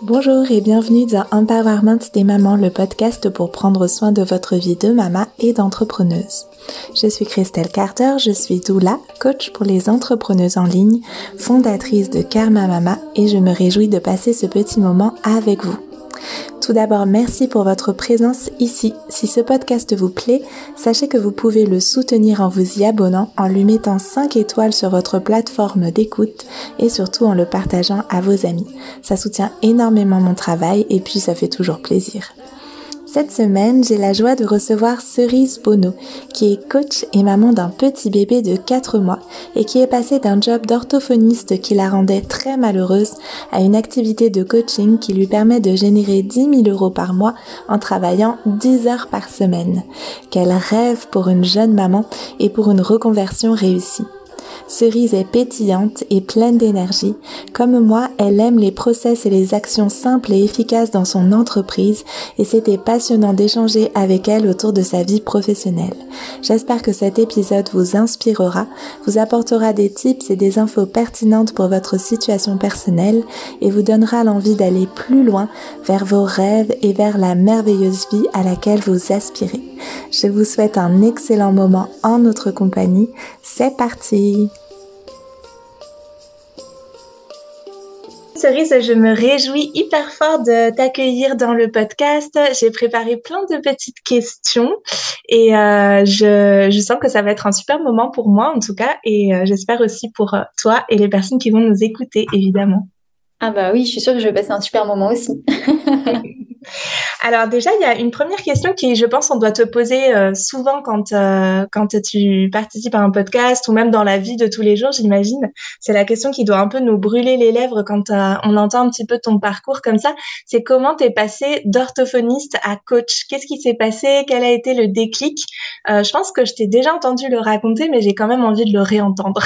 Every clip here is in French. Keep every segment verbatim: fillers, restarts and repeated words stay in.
Bonjour et bienvenue dans Empowerment des mamans, le podcast pour prendre soin de votre vie de maman et d'entrepreneuse. Je suis Christelle Carter, je suis doula, coach pour les entrepreneuses en ligne, fondatrice de Karma Mama et je me réjouis de passer ce petit moment avec vous. Tout d'abord, merci pour votre présence ici. Si ce podcast vous plaît, sachez que vous pouvez le soutenir en vous y abonnant, en lui mettant cinq étoiles sur votre plateforme d'écoute et surtout en le partageant à vos amis. Ça soutient énormément mon travail et puis ça fait toujours plaisir. Cette semaine, j'ai la joie de recevoir Cerise Bonneau, qui est coach et maman d'un petit bébé de quatre mois et qui est passée d'un job d'orthophoniste qui la rendait très malheureuse à une activité de coaching qui lui permet de générer dix mille euros par mois en travaillant dix heures par semaine. Quel rêve pour une jeune maman et pour une reconversion réussie. Cerise est pétillante et pleine d'énergie. Comme moi, elle aime les process et les actions simples et efficaces dans son entreprise et c'était passionnant d'échanger avec elle autour de sa vie professionnelle. J'espère que cet épisode vous inspirera, vous apportera des tips et des infos pertinentes pour votre situation personnelle et vous donnera l'envie d'aller plus loin vers vos rêves et vers la merveilleuse vie à laquelle vous aspirez. Je vous souhaite un excellent moment en notre compagnie. C'est parti! Cerise, je me réjouis hyper fort de t'accueillir dans le podcast. J'ai préparé plein de petites questions et euh, je, je sens que ça va être un super moment pour moi en tout cas et euh, j'espère aussi pour euh, toi et les personnes qui vont nous écouter évidemment. Ah bah oui, je suis sûre que je vais passer un super moment aussi. Alors déjà, il y a une première question qui, je pense, on doit te poser euh, souvent quand euh, quand tu participes à un podcast ou même dans la vie de tous les jours, j'imagine. C'est la question qui doit un peu nous brûler les lèvres quand euh, on entend un petit peu ton parcours comme ça. C'est comment t'es passé d'orthophoniste à coach? Qu'est-ce qui s'est passé? Quel a été le déclic? euh, Je pense que je t'ai déjà entendu le raconter, mais j'ai quand même envie de le réentendre.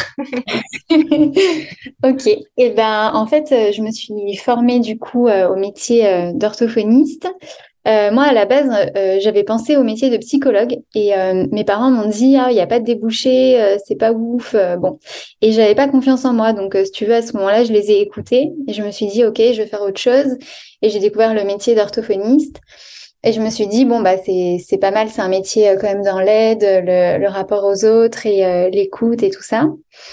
Ok, et ben en fait, euh, je me suis formée du coup euh, au métier euh, d'orthophoniste. Euh, moi, à la base, euh, j'avais pensé au métier de psychologue et euh, mes parents m'ont dit, ah, il n'y a pas de débouché, euh, c'est pas ouf, euh, bon. Et j'avais pas confiance en moi, donc euh, si tu veux, à ce moment-là, je les ai écoutés et je me suis dit, ok, je vais faire autre chose. Et j'ai découvert le métier d'orthophoniste. Et je me suis dit, bon, bah, c'est, c'est pas mal, c'est un métier euh, quand même dans l'aide, le, le rapport aux autres et euh, l'écoute et tout ça.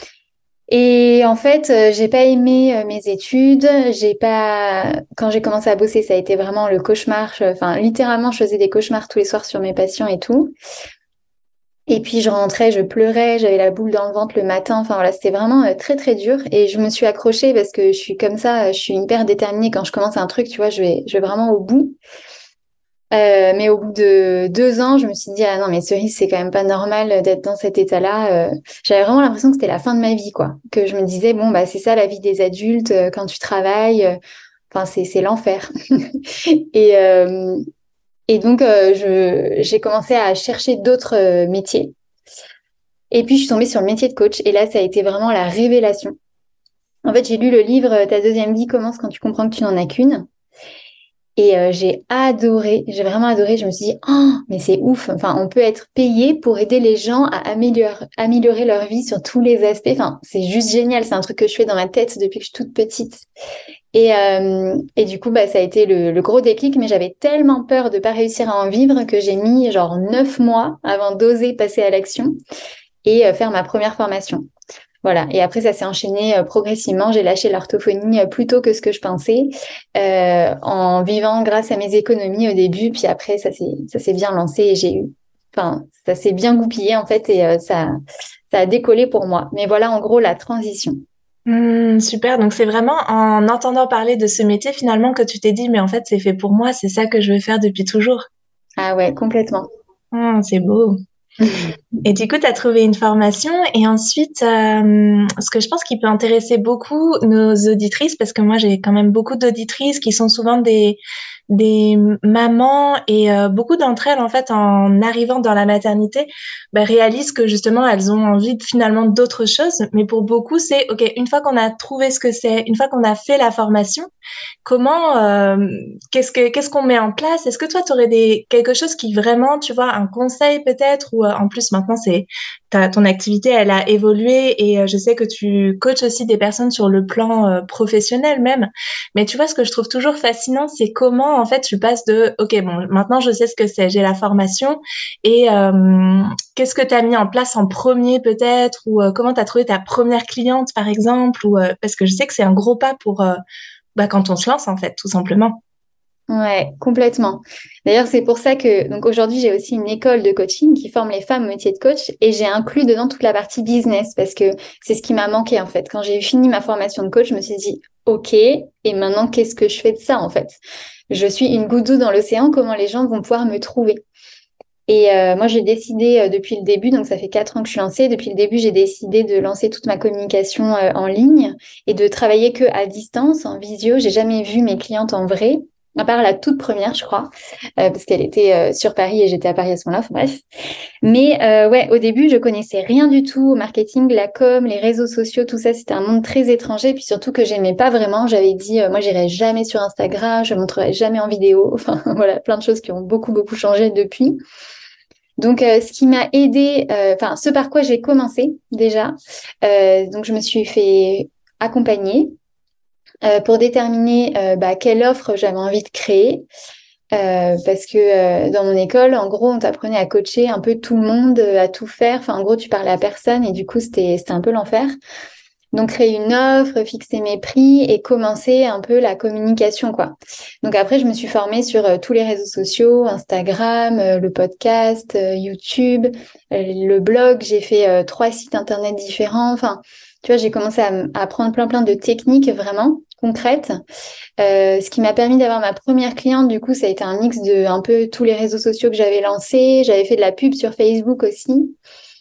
Et en fait, euh, j'ai pas aimé euh, mes études. J'ai pas. Quand j'ai commencé à bosser, ça a été vraiment le cauchemar. Je- Enfin, littéralement, je faisais des cauchemars tous les soirs sur mes patients et tout. Et puis je rentrais, je pleurais, j'avais la boule dans le ventre le matin. Enfin voilà, c'était vraiment euh, très très dur. Et je me suis accrochée parce que je suis comme ça, euh, je suis hyper déterminée. Quand je commence un truc, tu vois, je vais, je vais vraiment au bout. Euh, mais au bout de deux ans, je me suis dit, ah non, mais Cerise, c'est quand même pas normal d'être dans cet état-là. Euh, j'avais vraiment l'impression que c'était la fin de ma vie, quoi. Que je me disais, bon, bah, c'est ça la vie des adultes euh, quand tu travailles. euh, Enfin, c'est, c'est l'enfer. Et, euh, et donc, euh, je, j'ai commencé à chercher d'autres euh, métiers. Et puis, je suis tombée sur le métier de coach. Et là, ça a été vraiment la révélation. En fait, j'ai lu le livre euh, Ta deuxième vie commence quand tu comprends que tu n'en as qu'une. Et euh, j'ai adoré, j'ai vraiment adoré. Je me suis dit, oh, mais c'est ouf. Enfin, on peut être payé pour aider les gens à améliorer, améliorer leur vie sur tous les aspects. Enfin, c'est juste génial. C'est un truc que je fais dans ma tête depuis que je suis toute petite. Et, euh, et du coup, bah, ça a été le, le gros déclic. Mais j'avais tellement peur de pas réussir à en vivre que j'ai mis genre neuf mois avant d'oser passer à l'action et euh, faire ma première formation. Voilà. Et après, ça s'est enchaîné euh, progressivement. J'ai lâché l'orthophonie euh, plus tôt que ce que je pensais, euh, en vivant grâce à mes économies au début. Puis après, ça s'est, ça s'est bien lancé et j'ai eu, enfin, ça s'est bien goupillé en fait et euh, ça, ça a décollé pour moi. Mais voilà, en gros, la transition. Hmm, super, donc c'est vraiment en entendant parler de ce métier finalement que tu t'es dit, mais en fait c'est fait pour moi, c'est ça que je veux faire depuis toujours. Ah ouais, complètement. Hmm, c'est beau. Et du coup, tu as trouvé une formation et ensuite, euh, ce que je pense qui peut intéresser beaucoup nos auditrices, parce que moi j'ai quand même beaucoup d'auditrices qui sont souvent des, des mamans et euh, beaucoup d'entre elles, en fait, en arrivant dans la maternité, bah, réalisent que justement elles ont envie de, finalement d'autres choses. Mais pour beaucoup, c'est, OK, une fois qu'on a trouvé ce que c'est, une fois qu'on a fait la formation, comment, euh, qu'est-ce que, qu'est-ce qu'on met en place? Est-ce que toi, tu aurais des, quelque chose qui vraiment, tu vois, un conseil peut-être, ou euh, en plus, maintenant, c'est ta, ton activité, elle a évolué et euh, je sais que tu coaches aussi des personnes sur le plan euh, professionnel même. Mais tu vois, ce que je trouve toujours fascinant, c'est comment en fait tu passes de OK, bon, maintenant je sais ce que c'est, j'ai la formation et euh, qu'est-ce que tu as mis en place en premier peut-être ou euh, comment tu as trouvé ta première cliente par exemple ou euh, parce que je sais que c'est un gros pas pour euh, bah, quand on se lance en fait, tout simplement. Ouais, complètement. D'ailleurs, c'est pour ça que donc aujourd'hui, j'ai aussi une école de coaching qui forme les femmes au métier de coach et j'ai inclus dedans toute la partie business parce que c'est ce qui m'a manqué en fait. Quand j'ai fini ma formation de coach, je me suis dit, OK, et maintenant, qu'est-ce que je fais de ça en fait? Je suis une goutte d'eau dans l'océan, comment les gens vont pouvoir me trouver? Et euh, moi, j'ai décidé euh, depuis le début, donc ça fait quatre ans que je suis lancée, depuis le début, j'ai décidé de lancer toute ma communication euh, en ligne et de travailler que à distance, en visio. J'ai jamais vu mes clientes en vrai, à part la toute première, je crois, euh, parce qu'elle était euh, sur Paris et j'étais à Paris à ce moment-là, enfin, bref. Mais euh, ouais, au début, je connaissais rien du tout au marketing, la com, les réseaux sociaux, tout ça, c'était un monde très étranger, puis surtout que j'aimais pas vraiment. J'avais dit, euh, moi, j'irai jamais sur Instagram, je montrerai jamais en vidéo. Enfin, voilà, plein de choses qui ont beaucoup, beaucoup changé depuis. Donc, euh, ce qui m'a aidé, euh, enfin, ce par quoi j'ai commencé déjà, euh, donc je me suis fait accompagner euh, pour déterminer euh, bah, quelle offre j'avais envie de créer. Euh, parce que euh, dans mon école, en gros, on t'apprenait à coacher un peu tout le monde, à tout faire. Enfin, en gros, tu parlais à personne et du coup, c'était c'était un peu l'enfer. Donc, créer une offre, fixer mes prix et commencer un peu la communication, quoi. Donc, après, je me suis formée sur euh, tous les réseaux sociaux, Instagram, euh, le podcast, euh, YouTube, euh, le blog. J'ai fait euh, trois sites internet différents. Enfin, tu vois, j'ai commencé à, m- à apprendre plein, plein de techniques vraiment concrètes. Euh, ce qui m'a permis d'avoir ma première cliente, du coup, ça a été un mix de un peu tous les réseaux sociaux que j'avais lancés. J'avais fait de la pub sur Facebook aussi.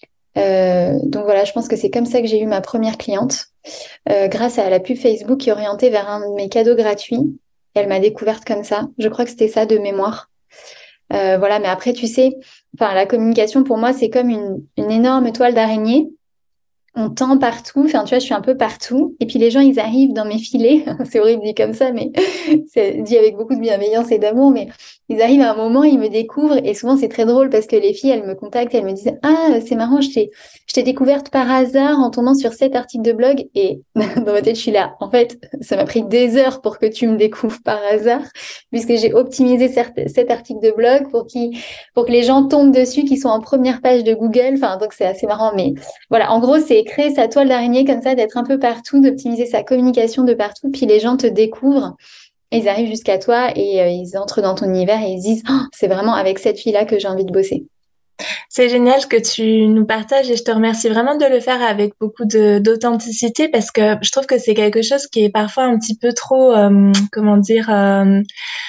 Euh, donc voilà, je pense que c'est comme ça que j'ai eu ma première cliente, euh, grâce à la pub Facebook qui est orientée vers un de mes cadeaux gratuits. Elle m'a découverte comme ça. Je crois que c'était ça de mémoire. Euh, voilà, mais après, tu sais, enfin, la communication pour moi, c'est comme une, une énorme toile d'araignée. On tend partout, enfin tu vois, je suis un peu partout. Et puis les gens, ils arrivent dans mes filets. C'est horrible dit comme ça, mais c'est dit avec beaucoup de bienveillance et d'amour. Mais ils arrivent à un moment, ils me découvrent. Et souvent, c'est très drôle parce que les filles, elles me contactent, elles me disent, ah, c'est marrant, je t'ai, je t'ai découverte par hasard en tombant sur cet article de blog. Et dans ma tête, je suis là. En fait, ça m'a pris des heures pour que tu me découvres par hasard, puisque j'ai optimisé cet, cet article de blog pour, qui, pour que les gens tombent dessus, qui sont en première page de Google. Enfin, donc c'est assez marrant. Mais voilà, en gros, c'est créer sa toile d'araignée comme ça, d'être un peu partout, d'optimiser sa communication de partout, puis les gens te découvrent, ils arrivent jusqu'à toi et euh, ils entrent dans ton univers et ils se disent, oh, c'est vraiment avec cette fille-là que j'ai envie de bosser. C'est génial ce que tu nous partages et je te remercie vraiment de le faire avec beaucoup de d'authenticité parce que je trouve que c'est quelque chose qui est parfois un petit peu trop, euh, comment dire, euh,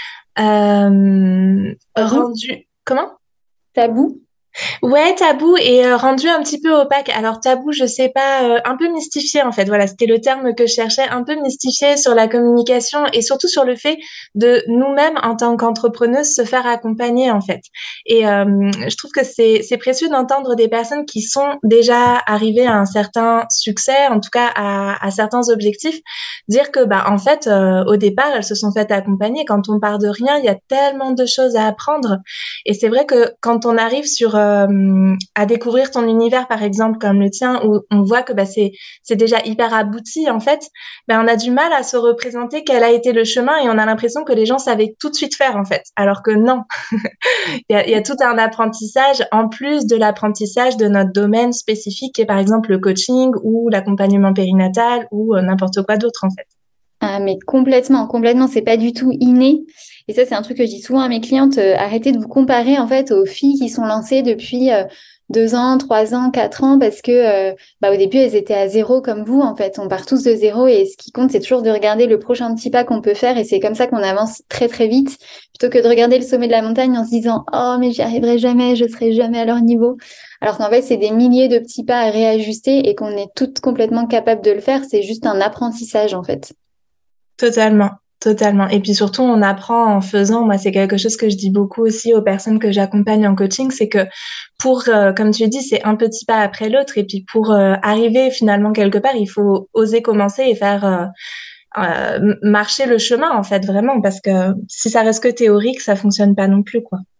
euh, Tabou? rendu. Comment? Tabou? Ouais, tabou et euh, rendu un petit peu opaque. Alors tabou, je sais pas, euh, un peu mystifié en fait. Voilà, c'était le terme que je cherchais, un peu mystifié sur la communication et surtout sur le fait de nous-mêmes en tant qu'entrepreneuses se faire accompagner en fait. Et euh, je trouve que c'est c'est précieux d'entendre des personnes qui sont déjà arrivées à un certain succès, en tout cas à, à certains objectifs, dire que bah en fait euh, au départ elles se sont faites accompagner. Quand on part de rien, il y a tellement de choses à apprendre. Et c'est vrai que quand on arrive sur euh, à découvrir ton univers, par exemple, comme le tien, où on voit que bah, c'est c'est déjà hyper abouti, en fait, ben on a du mal à se représenter quel a été le chemin et on a l'impression que les gens savaient tout de suite faire, en fait. Alors que non, il y a, il y a tout un apprentissage en plus de l'apprentissage de notre domaine spécifique, qui est par exemple le coaching ou l'accompagnement périnatal ou euh, n'importe quoi d'autre, en fait. Ah, mais complètement, complètement, c'est pas du tout inné. Et ça, c'est un truc que je dis souvent à mes clientes, euh, arrêtez de vous comparer en fait aux filles qui sont lancées depuis euh, deux ans, trois ans, quatre ans, parce que euh, bah, au début, elles étaient à zéro comme vous, en fait. On part tous de zéro et ce qui compte, c'est toujours de regarder le prochain petit pas qu'on peut faire et c'est comme ça qu'on avance très très vite, plutôt que de regarder le sommet de la montagne en se disant, oh, mais j'y arriverai jamais, je serai jamais à leur niveau. Alors qu'en fait, c'est des milliers de petits pas à réajuster et qu'on est toutes complètement capables de le faire. C'est juste un apprentissage, en fait. Totalement, totalement. Et puis surtout, on apprend en faisant. Moi, c'est quelque chose que je dis beaucoup aussi aux personnes que j'accompagne en coaching, c'est que pour, euh, comme tu dis, c'est un petit pas après l'autre. Et puis pour euh, arriver finalement quelque part, il faut oser commencer et faire euh, euh, marcher le chemin, en fait, vraiment. Parce que si ça reste que théorique, ça fonctionne pas non plus, quoi.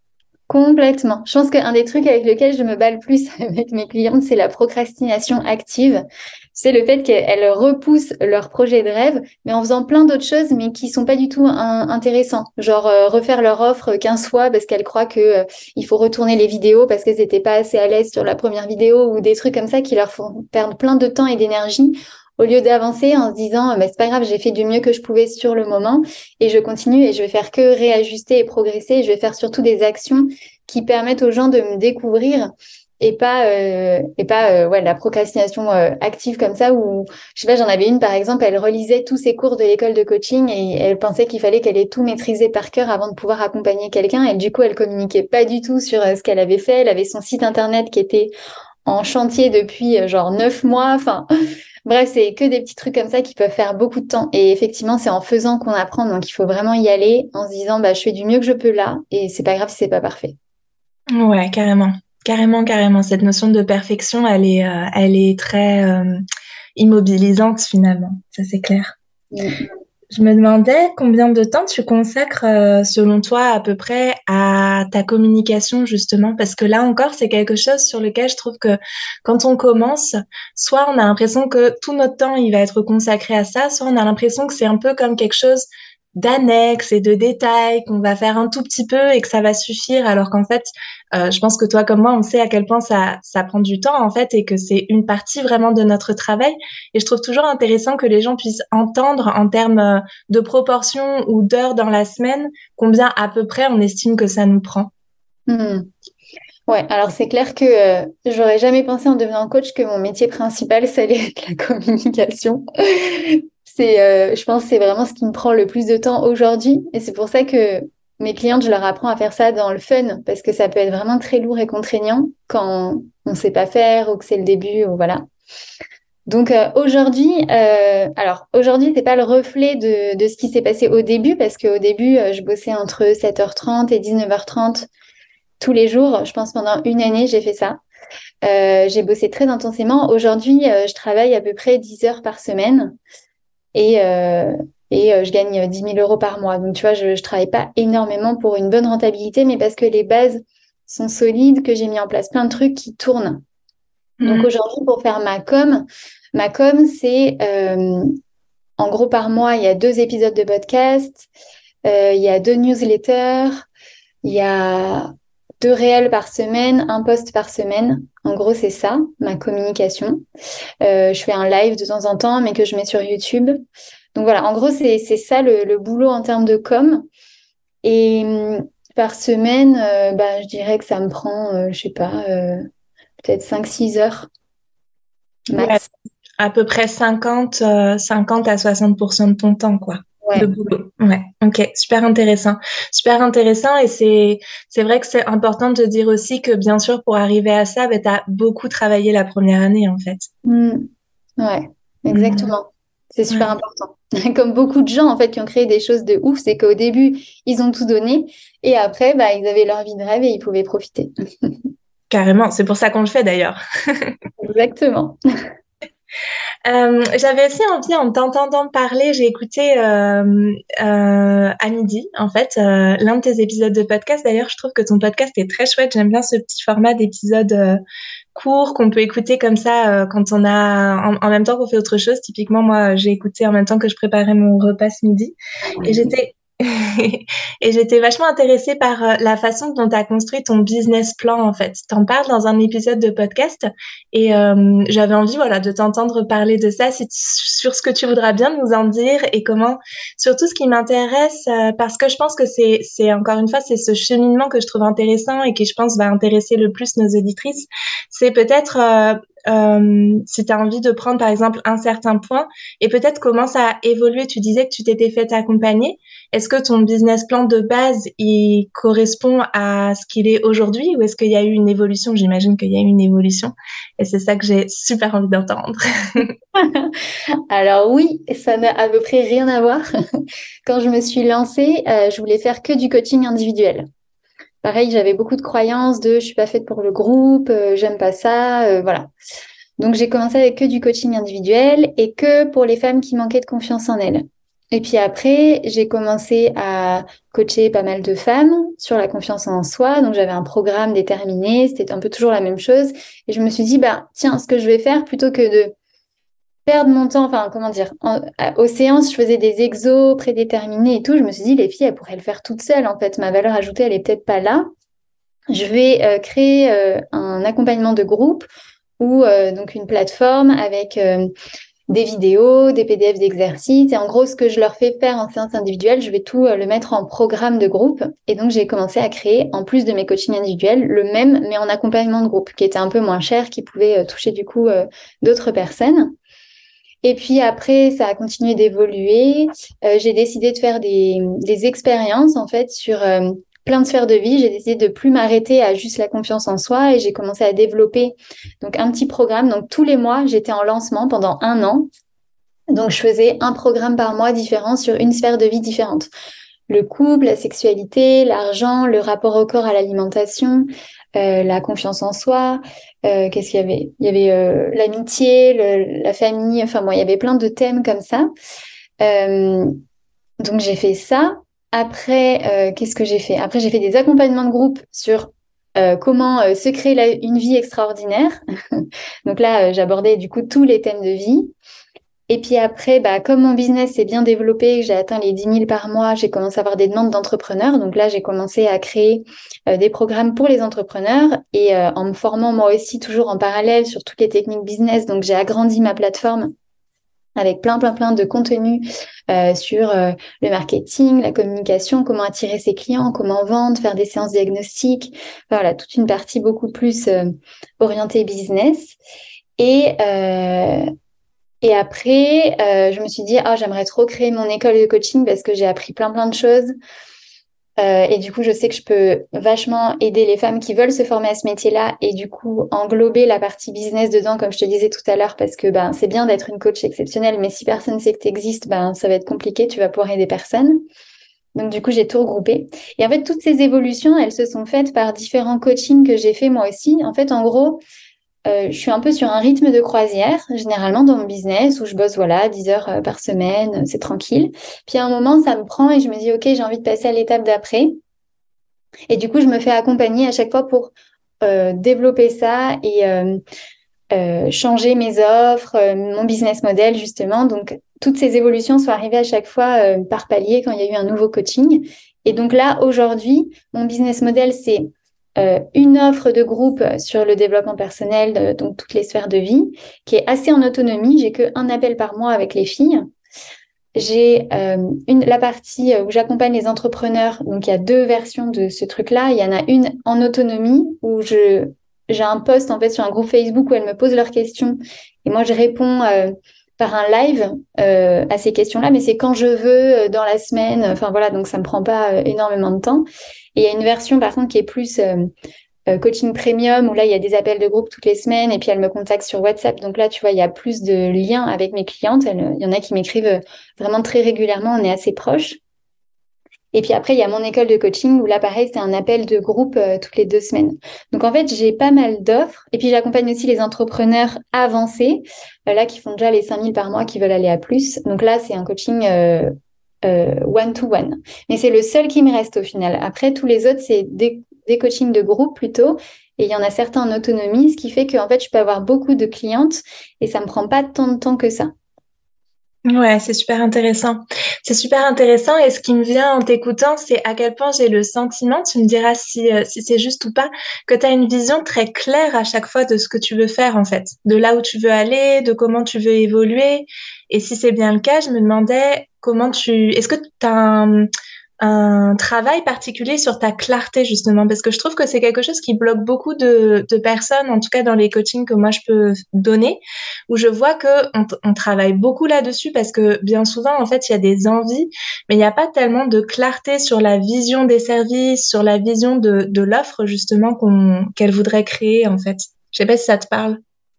Complètement. Je pense qu'un des trucs avec lesquels je me bats le plus avec mes clientes, c'est la procrastination active. C'est le fait qu'elles repoussent leur projet de rêve, mais en faisant plein d'autres choses, mais qui sont pas du tout un- intéressants. Genre euh, refaire leur offre quinze fois parce qu'elles croient que euh, il faut retourner les vidéos parce qu'elles n'étaient pas assez à l'aise sur la première vidéo ou des trucs comme ça qui leur font perdre plein de temps et d'énergie au lieu d'avancer en se disant bah, c'est pas grave, j'ai fait du mieux que je pouvais sur le moment et je continue et je vais faire que réajuster et progresser. Et je vais faire surtout des actions qui permettent aux gens de me découvrir et pas euh, et pas euh, ouais la procrastination euh, active comme ça où je sais pas, j'en avais une par exemple, elle relisait tous ses cours de l'école de coaching et elle pensait qu'il fallait qu'elle ait tout maîtrisé par cœur avant de pouvoir accompagner quelqu'un et du coup elle communiquait pas du tout sur euh, ce qu'elle avait fait. Elle avait son site internet qui était en chantier depuis euh, genre neuf mois, enfin bref, c'est que des petits trucs comme ça qui peuvent faire beaucoup de temps. Et effectivement, c'est en faisant qu'on apprend. Donc, il faut vraiment y aller en se disant, bah, je fais du mieux que je peux là. Et c'est pas grave si c'est pas parfait. Ouais, carrément. Carrément, carrément. Cette notion de perfection, elle est, euh, elle est très euh, immobilisante finalement. Ça, c'est clair. Mm. Je me demandais combien de temps tu consacres, euh, selon toi, à peu près à ta communication, justement, parce que là encore, c'est quelque chose sur lequel je trouve que quand on commence, soit on a l'impression que tout notre temps, il va être consacré à ça, soit on a l'impression que c'est un peu comme quelque chose d'annexe et de détails qu'on va faire un tout petit peu et que ça va suffire, alors qu'en fait, euh, je pense que toi comme moi, on sait à quel point ça, ça prend du temps, en fait, et que c'est une partie vraiment de notre travail. Et je trouve toujours intéressant que les gens puissent entendre en termes euh, de proportion ou d'heures dans la semaine, combien à peu près on estime que ça nous prend. Mm. Ouais, alors c'est clair que euh, j'aurais jamais pensé en devenant coach que mon métier principal, ça allait être la communication. C'est, euh, je pense que c'est vraiment ce qui me prend le plus de temps aujourd'hui. Et c'est pour ça que mes clientes, je leur apprends à faire ça dans le fun, parce que ça peut être vraiment très lourd et contraignant quand on ne sait pas faire ou que c'est le début, ou voilà. Donc euh, aujourd'hui, euh, alors aujourd'hui, c'est pas le reflet de, de ce qui s'est passé au début, parce qu'au début, euh, je bossais entre sept heures trente et dix-neuf heures trente tous les jours. Je pense pendant une année, j'ai fait ça. Euh, j'ai bossé très intensément. Aujourd'hui, euh, je travaille à peu près dix heures par semaine et, euh, et euh, je gagne dix mille euros par mois. Donc tu vois, je ne travaille pas énormément pour une bonne rentabilité, mais parce que les bases sont solides, que j'ai mis en place plein de trucs qui tournent. Donc Mmh. aujourd'hui, pour faire ma com, ma com, c'est euh, en gros par mois, il y a deux épisodes de podcast, euh, il y a deux newsletters, il y a deux réels par semaine, un post par semaine. En gros, c'est ça, ma communication. Euh, je fais un live de temps en temps, mais que je mets sur YouTube. Donc voilà, en gros, c'est, c'est ça le, le boulot en termes de com. Et hum, par semaine, euh, bah, je dirais que ça me prend, euh, je sais pas, euh, peut-être cinq six heures Ouais, max. à peu près cinquante, euh, cinquante à soixante pour cent de ton temps, quoi, de Ouais. boulot. Ouais, ok, super intéressant. Super intéressant et c'est, c'est vrai que c'est important de dire aussi que bien sûr, pour arriver à ça, ben, tu as beaucoup travaillé la première année, en fait. Hmm. Ouais, Mhm. exactement. C'est super Ouais, important. Comme beaucoup de gens en fait qui ont créé des choses de ouf, c'est qu'au début, ils ont tout donné et après, bah, ils avaient leur vie de rêve et ils pouvaient profiter. carrément. C'est pour ça qu'on le fait d'ailleurs. Exactement. Euh, j'avais aussi envie, en t'entendant parler, j'ai écouté euh, euh, à midi, en fait, euh, l'un de tes épisodes de podcast. D'ailleurs, je trouve que ton podcast est très chouette. J'aime bien ce petit format d'épisode euh, court qu'on peut écouter comme ça euh, quand on a, en, en même temps qu'on fait autre chose. Typiquement, moi, j'ai écouté en même temps que je préparais mon repas ce midi. Et j'étais et j'étais vachement intéressée par euh, la façon dont tu as construit ton business plan, en fait. T'en parles dans un épisode de podcast et euh, j'avais envie, voilà, de t'entendre parler de ça, si tu- sur ce que tu voudras bien nous en dire et comment, surtout ce qui m'intéresse, euh, parce que je pense que c'est, c'est encore une fois, c'est ce cheminement que je trouve intéressant et qui, je pense, va intéresser le plus nos auditrices. C'est peut-être, euh, euh, si tu as envie de prendre, par exemple, un certain point et peut-être comment ça a évolué. Tu disais que tu t'étais fait accompagner. Est-ce que ton business plan de base, il correspond à ce qu'il est aujourd'hui ou est-ce qu'il y a eu une évolution? J'imagine qu'il y a eu une évolution et c'est ça que j'ai super envie d'entendre. Alors oui, ça n'a à peu près rien à voir. Quand je me suis lancée, euh, je voulais faire que du coaching individuel. Pareil, j'avais beaucoup de croyances de je suis pas faite pour le groupe, euh, j'aime pas ça, euh, voilà. Donc j'ai commencé avec que du coaching individuel et que pour les femmes qui manquaient de confiance en elles. Et puis après, j'ai commencé à coacher pas mal de femmes sur la confiance en soi. Donc, j'avais un programme déterminé, c'était un peu toujours la même chose. Et je me suis dit, bah, tiens, ce que je vais faire, plutôt que de perdre mon temps, enfin, comment dire, en, à- aux séances, je faisais des exos prédéterminés et tout. Je me suis dit, les filles, elles pourraient le faire toutes seules. En fait, ma valeur ajoutée, elle est peut-être pas là. Je vais euh, créer euh, un accompagnement de groupe ou euh, donc une plateforme avec euh, des vidéos, des P D F d'exercices. Et en gros, ce que je leur fais faire en séance individuelle, je vais tout euh, le mettre en programme de groupe. Et donc, j'ai commencé à créer, en plus de mes coachings individuels, le même, mais en accompagnement de groupe, qui était un peu moins cher, qui pouvait euh, toucher du coup euh, d'autres personnes. Et puis après, ça a continué d'évoluer. Euh, j'ai décidé de faire des, des expériences en fait sur euh, plein de sphères de vie. J'ai décidé de plus m'arrêter à juste la confiance en soi et j'ai commencé à développer donc un petit programme. Donc tous les mois, j'étais en lancement pendant un an. Donc je faisais un programme par mois différent sur une sphère de vie différente. Le couple, la sexualité, l'argent, le rapport au corps, à l'alimentation, euh, la confiance en soi. Euh, qu'est-ce qu'il y avait? Il y avait euh, l'amitié, le- la famille. Enfin, bon, il y avait plein de thèmes comme ça. Euh, donc, j'ai fait ça. Après, euh, qu'est-ce que j'ai fait? Après, j'ai fait des accompagnements de groupe sur euh, comment euh, se créer la- une vie extraordinaire. Donc là, euh, j'abordais du coup tous les thèmes de vie. Et puis après, bah, comme mon business s'est bien développé, que j'ai atteint les dix mille par mois, j'ai commencé à avoir des demandes d'entrepreneurs. Donc là, j'ai commencé à créer euh, des programmes pour les entrepreneurs et euh, en me formant moi aussi toujours en parallèle sur toutes les techniques business. Donc j'ai agrandi ma plateforme avec plein, plein, plein de contenus euh, sur euh, le marketing, la communication, comment attirer ses clients, comment vendre, faire des séances diagnostiques. Enfin, voilà, toute une partie beaucoup plus euh, orientée business. Et, euh, et après, euh, je me suis dit, ah, j'aimerais trop créer mon école de coaching parce que j'ai appris plein, plein de choses. Euh, et du coup, je sais que je peux vachement aider les femmes qui veulent se former à ce métier-là et du coup, englober la partie business dedans, comme je te disais tout à l'heure, parce que ben, c'est bien d'être une coach exceptionnelle, mais si personne ne sait que tu existes, ben, ça va être compliqué, tu vas pouvoir aider personne. Donc, du coup, j'ai tout regroupé. Et en fait, toutes ces évolutions, elles se sont faites par différents coachings que j'ai fait moi aussi. En fait, en gros, euh, je suis un peu sur un rythme de croisière, généralement dans mon business, où je bosse, voilà, dix heures euh, par semaine, euh, c'est tranquille. Puis à un moment, ça me prend et je me dis, OK, j'ai envie de passer à l'étape d'après. Et du coup, je me fais accompagner à chaque fois pour euh, développer ça et euh, euh, changer mes offres, euh, mon business model, justement. Donc, toutes ces évolutions sont arrivées à chaque fois euh, par palier quand il y a eu un nouveau coaching. Et donc là, aujourd'hui, mon business model, c'est euh, une offre de groupe sur le développement personnel, de, donc toutes les sphères de vie, qui est assez en autonomie. J'ai qu'un appel par mois avec les filles. J'ai euh, une, la partie où j'accompagne les entrepreneurs. Donc, il y a deux versions de ce truc-là. Il y en a une en autonomie où je, j'ai un post en fait sur un groupe Facebook où elles me posent leurs questions et moi je réponds euh, par un live euh, à ces questions-là, mais c'est quand je veux euh, dans la semaine. Enfin voilà, donc ça me prend pas euh, énormément de temps. Et il y a une version par contre qui est plus euh, euh, coaching premium où là il y a des appels de groupe toutes les semaines et puis elles me contactent sur WhatsApp. Donc là, tu vois, il y a plus de liens avec mes clientes. Elles- il y en a qui m'écrivent euh, vraiment très régulièrement. On est assez proches. Et puis après, il y a mon école de coaching où là, pareil, c'est un appel de groupe euh, toutes les deux semaines. Donc en fait, j'ai pas mal d'offres. Et puis j'accompagne aussi les entrepreneurs avancés, euh, là, qui font déjà les cinq mille par mois, qui veulent aller à plus. Donc là, c'est un coaching euh, euh, one-to-one. Mais c'est le seul qui me reste au final. Après, tous les autres, c'est des, des coachings de groupe plutôt. Et il y en a certains en autonomie, ce qui fait qu'en fait, je peux avoir beaucoup de clientes et ça me prend pas tant de temps que ça. Ouais, c'est super intéressant. C'est super intéressant et ce qui me vient en t'écoutant, c'est à quel point j'ai le sentiment, tu me diras si, euh, si c'est juste ou pas, que tu as une vision très claire à chaque fois de ce que tu veux faire en fait, de là où tu veux aller, de comment tu veux évoluer. Et si c'est bien le cas, je me demandais comment tu... Est-ce que tu as un, un travail particulier sur ta clarté justement? Parce que je trouve que c'est quelque chose qui bloque beaucoup de, de personnes, en tout cas dans les coachings que moi je peux donner où je vois que on, on travaille beaucoup là-dessus parce que bien souvent, en fait, il y a des envies, mais il n'y a pas tellement de clarté sur la vision des services, sur la vision de, de l'offre, justement, qu'on, qu'elle voudrait créer, en fait. Je sais pas si ça te parle.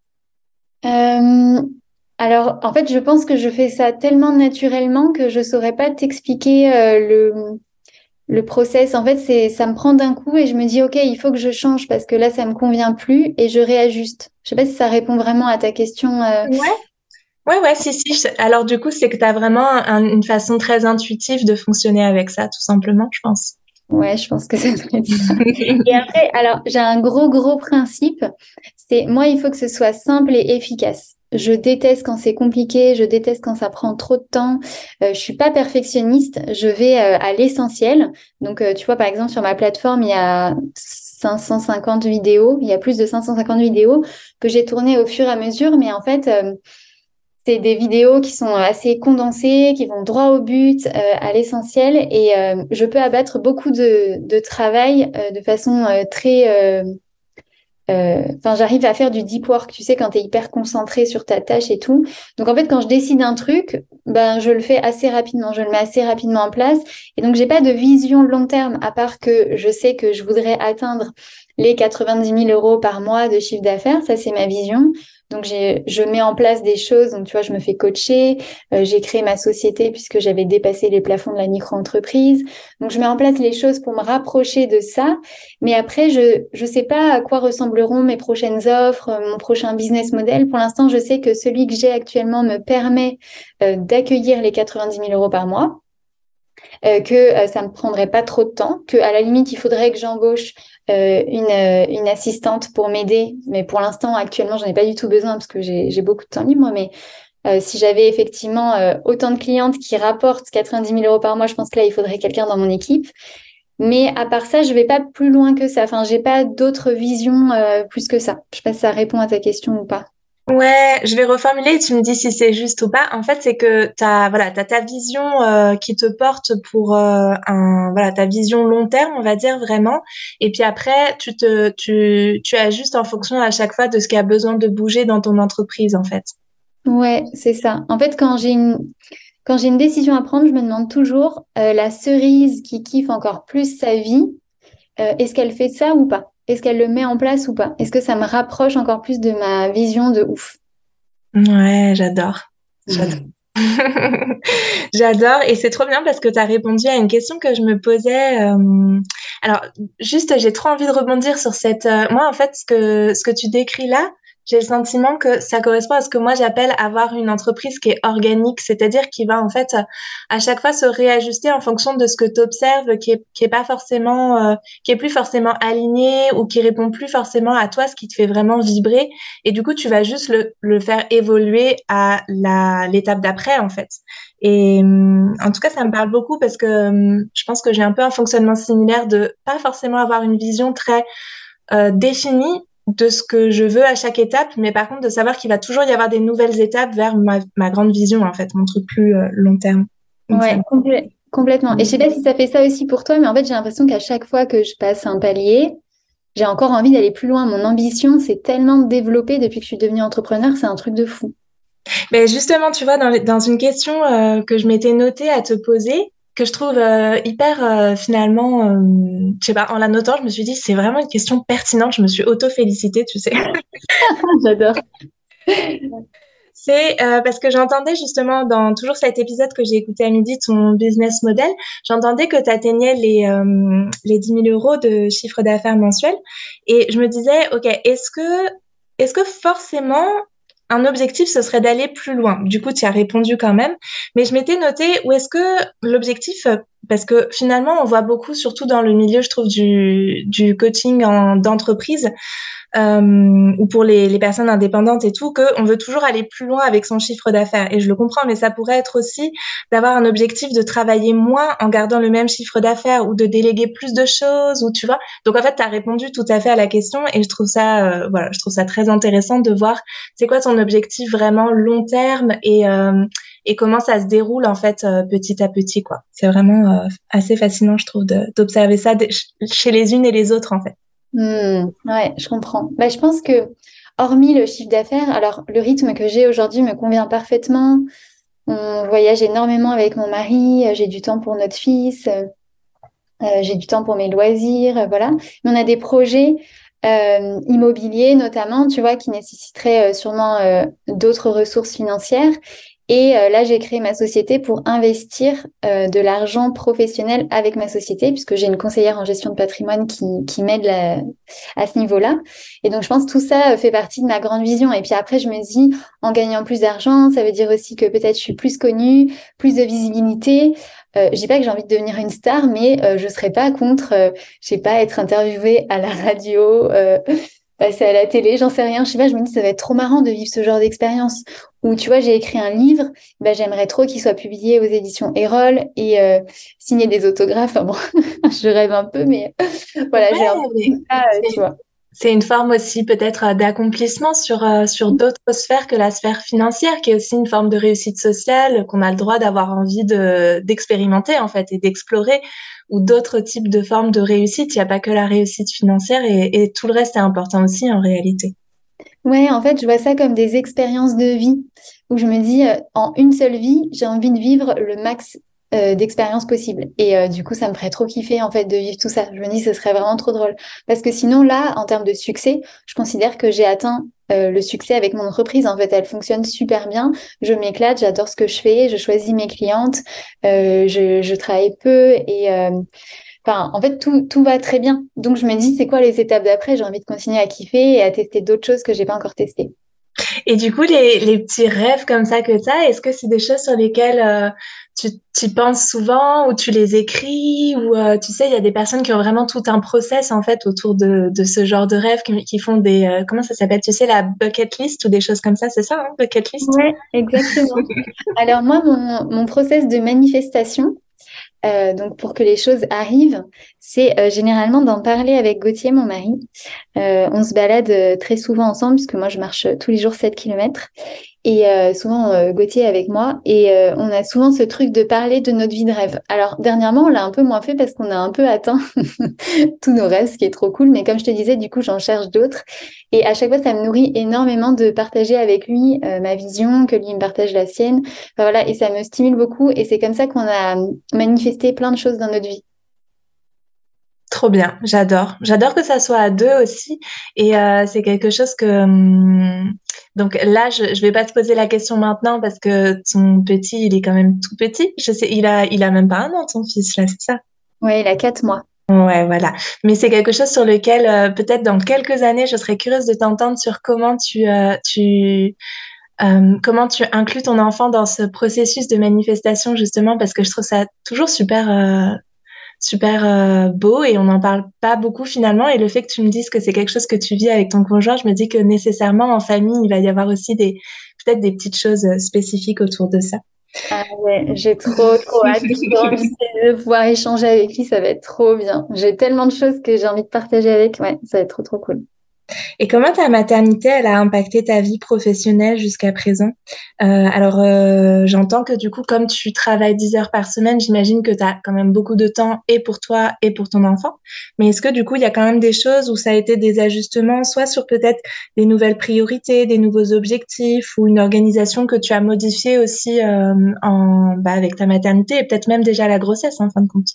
Euh, alors, en fait, je pense que je fais ça tellement naturellement que je saurais pas t'expliquer euh, le, le process. En fait, c'est, ça me prend d'un coup et je me dis, OK, il faut que je change parce que là, ça me convient plus et je réajuste. Je sais pas si ça répond vraiment à ta question. euh. Ouais. Ouais, ouais, si, si. je- Alors, du coup, c'est que tu as vraiment un- une façon très intuitive de fonctionner avec ça, tout simplement, je pense. Ouais, je pense que ça doit être ça. Et après, alors, j'ai un gros, gros principe. C'est, moi, il faut que ce soit simple et efficace. Je déteste quand c'est compliqué, je déteste quand ça prend trop de temps. Euh, je suis pas perfectionniste, je vais euh, à l'essentiel. Donc, euh, tu vois, par exemple, sur ma plateforme, il y a cinq cent cinquante vidéos, il y a plus de cinq cent cinquante vidéos que j'ai tournées au fur et à mesure. Mais en fait, euh, c'est des vidéos qui sont assez condensées, qui vont droit au but, euh, à l'essentiel. Et euh, je peux abattre beaucoup de, de travail euh, de façon euh, très... euh, euh, Enfin, j'arrive à faire du deep work, tu sais, quand tu es hyper concentré sur ta tâche et tout. Donc, en fait, quand je décide un truc, ben, je le fais assez rapidement, je le mets assez rapidement en place. Et donc, j'ai pas de vision long terme, à part que je sais que je voudrais atteindre les quatre-vingt-dix mille euros par mois de chiffre d'affaires. Ça, c'est ma vision. Donc, j'ai, je mets en place des choses. Donc, tu vois, je me fais coacher. Euh, j'ai créé ma société puisque j'avais dépassé les plafonds de la micro-entreprise. Donc, je mets en place les choses pour me rapprocher de ça. Mais après, je ne sais pas à quoi ressembleront mes prochaines offres, euh, mon prochain business model. Pour l'instant, je sais que celui que j'ai actuellement me permet euh, d'accueillir les quatre-vingt-dix mille euros par mois, euh, que euh, ça ne me prendrait pas trop de temps, que à la limite, il faudrait que j'embauche euh, une, euh, une assistante pour m'aider. Mais pour l'instant, actuellement, j'en ai pas du tout besoin parce que j'ai j'ai beaucoup de temps libre. Mais euh, si j'avais effectivement euh, autant de clientes qui rapportent quatre-vingt-dix mille euros par mois, je pense que là, il faudrait quelqu'un dans mon équipe. Mais à part ça, je vais pas plus loin que ça. Enfin, j'ai pas d'autres visions euh, plus que ça. Je sais pas si ça répond à ta question ou pas. Ouais, je vais reformuler et tu me dis si c'est juste ou pas. En fait, c'est que t'as, voilà, t'as ta vision euh, qui te porte pour euh, un, voilà, ta vision long terme, on va dire vraiment. Et puis après, tu te, tu, tu ajustes en fonction à chaque fois de ce qui a besoin de bouger dans ton entreprise, en fait. Ouais, c'est ça. En fait, quand j'ai une quand j'ai une décision à prendre, je me demande toujours euh, la cerise qui kiffe encore plus sa vie, euh, est-ce qu'elle fait ça ou pas? Est-ce qu'elle le met en place ou pas? Est-ce que ça me rapproche encore plus de ma vision de ouf? Ouais, j'adore. J'adore. J'adore et c'est trop bien parce que tu as répondu à une question que je me posais. euh, Alors, juste, j'ai trop envie de rebondir sur cette. euh, Moi, en fait, ce que, ce que tu décris là, j'ai le sentiment que ça correspond à ce que moi j'appelle avoir une entreprise qui est organique, c'est-à-dire qui va en fait à chaque fois se réajuster en fonction de ce que tu observes, qui est, qui est pas forcément, euh, qui est plus forcément aligné ou qui répond plus forcément à toi, ce qui te fait vraiment vibrer. Et du coup, tu vas juste le, le faire évoluer à la, l'étape d'après, en fait. Et hum, en tout cas, ça me parle beaucoup parce que hum, je pense que j'ai un peu un fonctionnement similaire de pas forcément avoir une vision très euh, définie de ce que je veux à chaque étape, mais par contre de savoir qu'il va toujours y avoir des nouvelles étapes vers ma, ma grande vision, en fait, mon truc plus euh, long terme. Donc ça Ouais, complè- complètement. Et je sais pas si ça fait ça aussi pour toi, mais en fait, j'ai l'impression qu'à chaque fois que je passe un palier, j'ai encore envie d'aller plus loin. Mon ambition s'est tellement développée depuis que je suis devenue entrepreneur, c'est un truc de fou. Mais justement, tu vois, dans, les- dans une question euh, que je m'étais notée à te poser, que je trouve euh, hyper euh, finalement, euh, je sais pas, en la notant, je me suis dit, c'est vraiment une question pertinente. Je me suis auto-félicitée, tu sais. J'adore. C'est euh, parce que j'entendais justement dans toujours cet épisode que j'ai écouté à midi, ton business model, j'entendais que tu atteignais les, euh, les dix mille euros de chiffre d'affaires mensuel. Et je me disais, OK, est-ce que, est-ce que forcément un objectif, ce serait d'aller plus loin? Du coup, tu as répondu quand même. Mais je m'étais noté, où est-ce que l'objectif, euh, parce que finalement, on voit beaucoup, surtout dans le milieu, je trouve, du, du coaching en, d'entreprise, euh, ou pour les, les personnes indépendantes et tout, qu'on veut toujours aller plus loin avec son chiffre d'affaires. Et je le comprends, mais ça pourrait être aussi d'avoir un objectif de travailler moins en gardant le même chiffre d'affaires ou de déléguer plus de choses, ou tu vois. Donc en fait, tu as répondu tout à fait à la question et je trouve ça, euh, voilà, je trouve ça très intéressant de voir c'est quoi ton objectif vraiment long terme et, euh, et comment ça se déroule en fait euh, petit à petit, quoi. C'est vraiment euh, assez fascinant, je trouve, de- d'observer ça de- chez les unes et les autres, en fait. Hmm, ouais, je comprends. Bah, je pense que, hormis le chiffre d'affaires, alors le rythme que j'ai aujourd'hui me convient parfaitement. On voyage énormément avec mon mari, euh, j'ai du temps pour notre fils, euh, euh, j'ai du temps pour mes loisirs, euh, voilà. Mais on a des projets euh, immobiliers notamment, tu vois, qui nécessiteraient euh, sûrement euh, d'autres ressources financières. Et euh, là, j'ai créé ma société pour investir euh, de l'argent professionnel avec ma société, puisque j'ai une conseillère en gestion de patrimoine qui, qui m'aide là, à ce niveau-là. Et donc, je pense que tout ça fait partie de ma grande vision. Et puis après, je me dis, en gagnant plus d'argent, ça veut dire aussi que peut-être je suis plus connue, plus de visibilité. Euh, je dis pas que j'ai envie de devenir une star, mais euh, je serais pas contre, euh, je sais pas, être interviewée à la radio, euh, passer à la télé, j'en sais rien. Je sais pas, je me dis ça va être trop marrant de vivre ce genre d'expérience. Ou tu vois, j'ai écrit un livre, bah, j'aimerais trop qu'il soit publié aux éditions Erol et euh, signer des autographes. Enfin, bon, je rêve un peu, mais voilà, j'ai un peu Ouais, tout ça, euh, tu vois. c'est une forme aussi peut-être euh, d'accomplissement sur, euh, sur d'autres sphères que la sphère financière, qui est aussi une forme de réussite sociale qu'on a le droit d'avoir envie de, d'expérimenter en fait et d'explorer, ou d'autres types de formes de réussite. Il n'y a pas que la réussite financière et, et tout le reste est important aussi en réalité. Ouais, en fait, je vois ça comme des expériences de vie où je me dis, euh, en une seule vie, j'ai envie de vivre le max euh, d'expériences possibles. Et euh, du coup, ça me ferait trop kiffer, en fait, de vivre tout ça. Je me dis, ce serait vraiment trop drôle. Parce que sinon, là, en termes de succès, je considère que j'ai atteint euh, le succès avec mon entreprise. En fait, elle fonctionne super bien. Je m'éclate, j'adore ce que je fais, je choisis mes clientes, euh, je, je travaille peu et... euh, Enfin, en fait, tout, tout va très bien. Donc, je me dis, c'est quoi les étapes d'après? J'ai envie de continuer à kiffer et à tester d'autres choses que j'ai pas encore testées. Et du coup, les, les petits rêves comme ça que tu as, est-ce que c'est des choses sur lesquelles euh, tu y penses souvent ou tu les écris ou euh, tu sais, il y a des personnes qui ont vraiment tout un process en fait autour de, de ce genre de rêves qui, qui font des, euh, comment ça s'appelle, tu sais, la bucket list ou des choses comme ça, c'est ça, hein, bucket list? Ouais, exactement. Alors moi, mon, mon process de manifestation, euh, donc pour que les choses arrivent, c'est euh, généralement d'en parler avec Gauthier, mon mari. Euh, on se balade euh, très souvent ensemble, puisque moi je marche euh, tous les jours sept kilomètres. Et euh, souvent, euh, Gauthier est avec moi. Et euh, on a souvent ce truc de parler de notre vie de rêve. Alors, dernièrement, on l'a un peu moins fait parce qu'on a un peu atteint tous nos rêves, ce qui est trop cool. Mais comme je te disais, du coup, j'en cherche d'autres. Et à chaque fois, ça me nourrit énormément de partager avec lui euh, ma vision, que lui me partage la sienne. Enfin, voilà, et ça me stimule beaucoup. Et c'est comme ça qu'on a manifesté plein de choses dans notre vie. Trop bien, j'adore. J'adore que ça soit à deux aussi. Et euh, c'est quelque chose que... hum, donc là, je, je vais pas te poser la question maintenant parce que ton petit, il est quand même tout petit. Je sais, il a, il a même pas un an, ton fils, là, c'est ça? Ouais, il a quatre mois. Ouais, voilà. Mais c'est quelque chose sur lequel, euh, peut-être dans quelques années, je serais curieuse de t'entendre sur comment tu, euh, tu, euh, comment tu inclus ton enfant dans ce processus de manifestation, justement, parce que je trouve ça toujours super, euh, super euh, beau et on n'en parle pas beaucoup finalement. Et le fait que tu me dises que c'est quelque chose que tu vis avec ton conjoint, je me dis que nécessairement en famille, il va y avoir aussi des, peut-être des petites choses euh, spécifiques autour de ça. Ah ouais, j'ai trop, trop hâte. J'ai envie de pouvoir échanger avec lui, ça va être trop bien. J'ai tellement de choses que j'ai envie de partager avec. Ouais, ça va être trop, trop cool. Et comment ta maternité, elle a impacté ta vie professionnelle jusqu'à présent? Euh, alors, euh, j'entends que du coup, comme tu travailles dix heures par semaine, j'imagine que tu as quand même beaucoup de temps et pour toi et pour ton enfant. Mais est-ce que du coup, il y a quand même des choses où ça a été des ajustements, soit sur peut-être des nouvelles priorités, des nouveaux objectifs ou une organisation que tu as modifiée aussi euh, en, bah, avec ta maternité et peut-être même déjà la grossesse en fin de compte?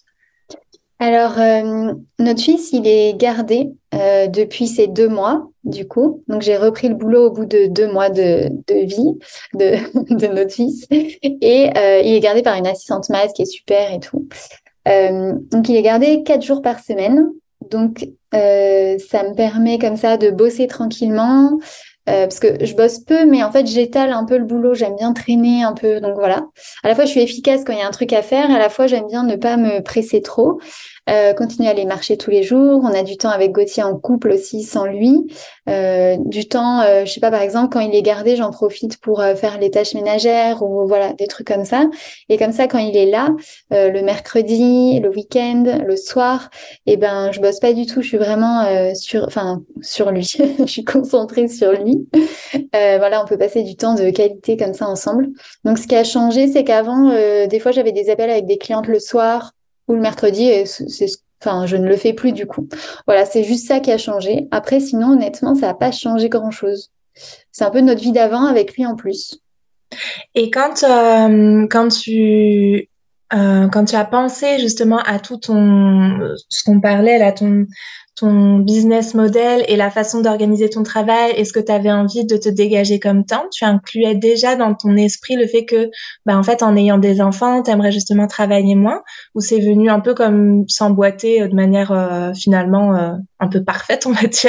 Alors, euh, notre fils, il est gardé euh, depuis ses deux mois, du coup. Donc, j'ai repris le boulot au bout de deux mois de, de vie de, de notre fils. Et euh, il est gardé par une assistante mat qui est super et tout. Euh, donc, il est gardé quatre jours par semaine. Donc, euh, ça me permet comme ça de bosser tranquillement. Euh, parce que je bosse peu, mais en fait, j'étale un peu le boulot. J'aime bien traîner un peu. Donc voilà. À la fois, je suis efficace quand il y a un truc à faire. À la fois, j'aime bien ne pas me presser trop. Euh, continuer à aller marcher tous les jours. On a du temps avec Gauthier en couple aussi sans lui. Euh, du temps, euh, je sais pas, par exemple, quand il est gardé, j'en profite pour euh, faire les tâches ménagères ou voilà, des trucs comme ça. Et comme ça, quand il est là, euh, le mercredi, le week-end, le soir, eh ben, je bosse pas du tout. Je suis vraiment euh, sur, enfin, sur lui. Je suis concentrée sur lui. Euh, voilà, on peut passer du temps de qualité comme ça ensemble. Donc, ce qui a changé, c'est qu'avant, euh, des fois, j'avais des appels avec des clientes le soir ou le mercredi, et c'est, c'est- enfin, je ne le fais plus du coup. Voilà, c'est juste ça qui a changé. Après, sinon, honnêtement, ça n'a pas changé grand-chose. C'est un peu notre vie d'avant avec lui en plus. Et quand, euh, quand tu, euh, quand tu as pensé justement à tout ton, ce qu'on parlait là, ton, ton business model et la façon d'organiser ton travail et ce que tu avais envie de te dégager comme temps, tu incluais déjà dans ton esprit le fait que, bah, en fait, en ayant des enfants, tu aimerais justement travailler moins, ou c'est venu un peu comme s'emboîter euh, de manière euh, finalement euh, un peu parfaite, on va dire.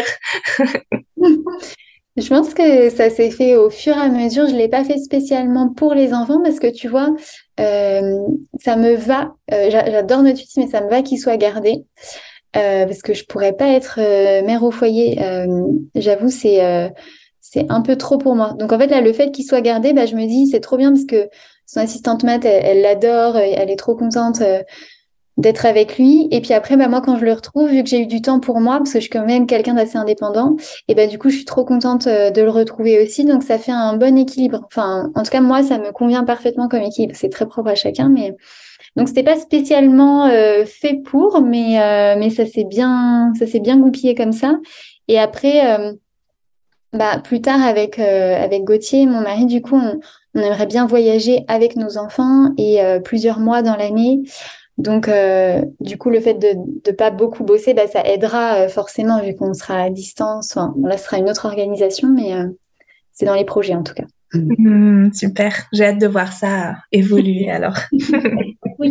Je pense que ça s'est fait au fur et à mesure. Je l'ai pas fait spécialement pour les enfants parce que tu vois, euh, ça me va. Euh, j'a- j'adore notre fils, mais ça me va qu'il soit gardé euh, parce que je pourrais pas être euh, mère au foyer. Euh, j'avoue, c'est euh, c'est un peu trop pour moi. Donc en fait là, le fait qu'il soit gardé, bah, je me dis c'est trop bien parce que son assistante math, elle elle l'adore, euh, elle est trop contente. Euh, d'être avec lui. Et puis après, bah, moi, quand je le retrouve, vu que j'ai eu du temps pour moi, parce que je suis quand même quelqu'un d'assez indépendant, et bah, du coup, je suis trop contente euh, de le retrouver aussi. Donc, ça fait un bon équilibre. Enfin, en tout cas, moi, ça me convient parfaitement comme équilibre. C'est très propre à chacun, mais donc, c'était pas spécialement euh, fait pour, mais, euh, mais ça s'est bien, ça s'est bien goupillé comme ça. Et après, euh, bah, plus tard, avec, euh, avec Gauthier, mon mari, du coup, on, on aimerait bien voyager avec nos enfants et euh, plusieurs mois dans l'année. Donc, euh, du coup, le fait de ne pas beaucoup bosser, bah, ça aidera euh, forcément vu qu'on sera à distance. Enfin, bon, là, ce sera une autre organisation, mais euh, c'est dans les projets en tout cas. Hmm, super, j'ai hâte de voir ça évoluer alors. Oui.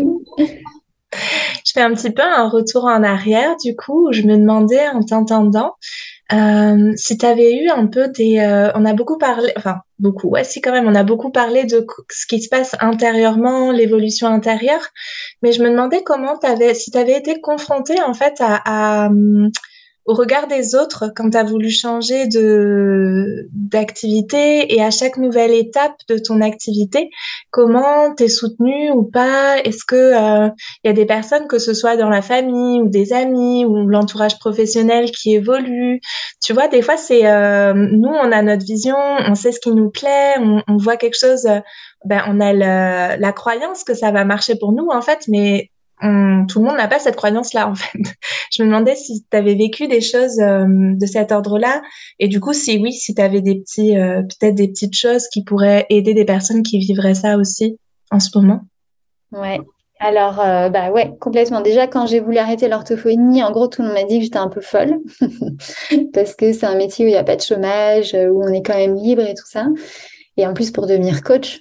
Je fais un petit peu un retour en arrière du coup, où je me demandais en t'entendant Euh, si tu avais eu un peu des... euh, on a beaucoup parlé, enfin beaucoup, ouais, si quand même, on a beaucoup parlé de co- ce qui se passe intérieurement, l'évolution intérieure, mais je me demandais comment t'avais, si tu avais été confrontée en fait à, à, hum, au regard des autres quand tu as voulu changer de d'activité et à chaque nouvelle étape de ton activité, comment t'es soutenue ou pas? Est-ce que euh, il y a des personnes, que ce soit dans la famille ou des amis ou l'entourage professionnel qui évolue? Tu vois, des fois, c'est euh, nous, on a notre vision, on sait ce qui nous plaît, on, on voit quelque chose, euh, ben, on a le- la croyance que ça va marcher pour nous, en fait, mais on- tout le monde n'a pas cette croyance-là, en fait. Je me demandais si tu avais vécu des choses euh, de cet ordre-là, et du coup, si oui, si tu avais des petits, euh, peut-être des petites choses qui pourraient aider des personnes qui vivraient ça aussi en ce moment. Ouais. Alors, euh, bah ouais, complètement. Déjà, quand j'ai voulu arrêter l'orthophonie, en gros, tout le monde m'a dit que j'étais un peu folle parce que c'est un métier où il n'y a pas de chômage, euh, où on est quand même libre et tout ça. Et en plus, pour devenir coach,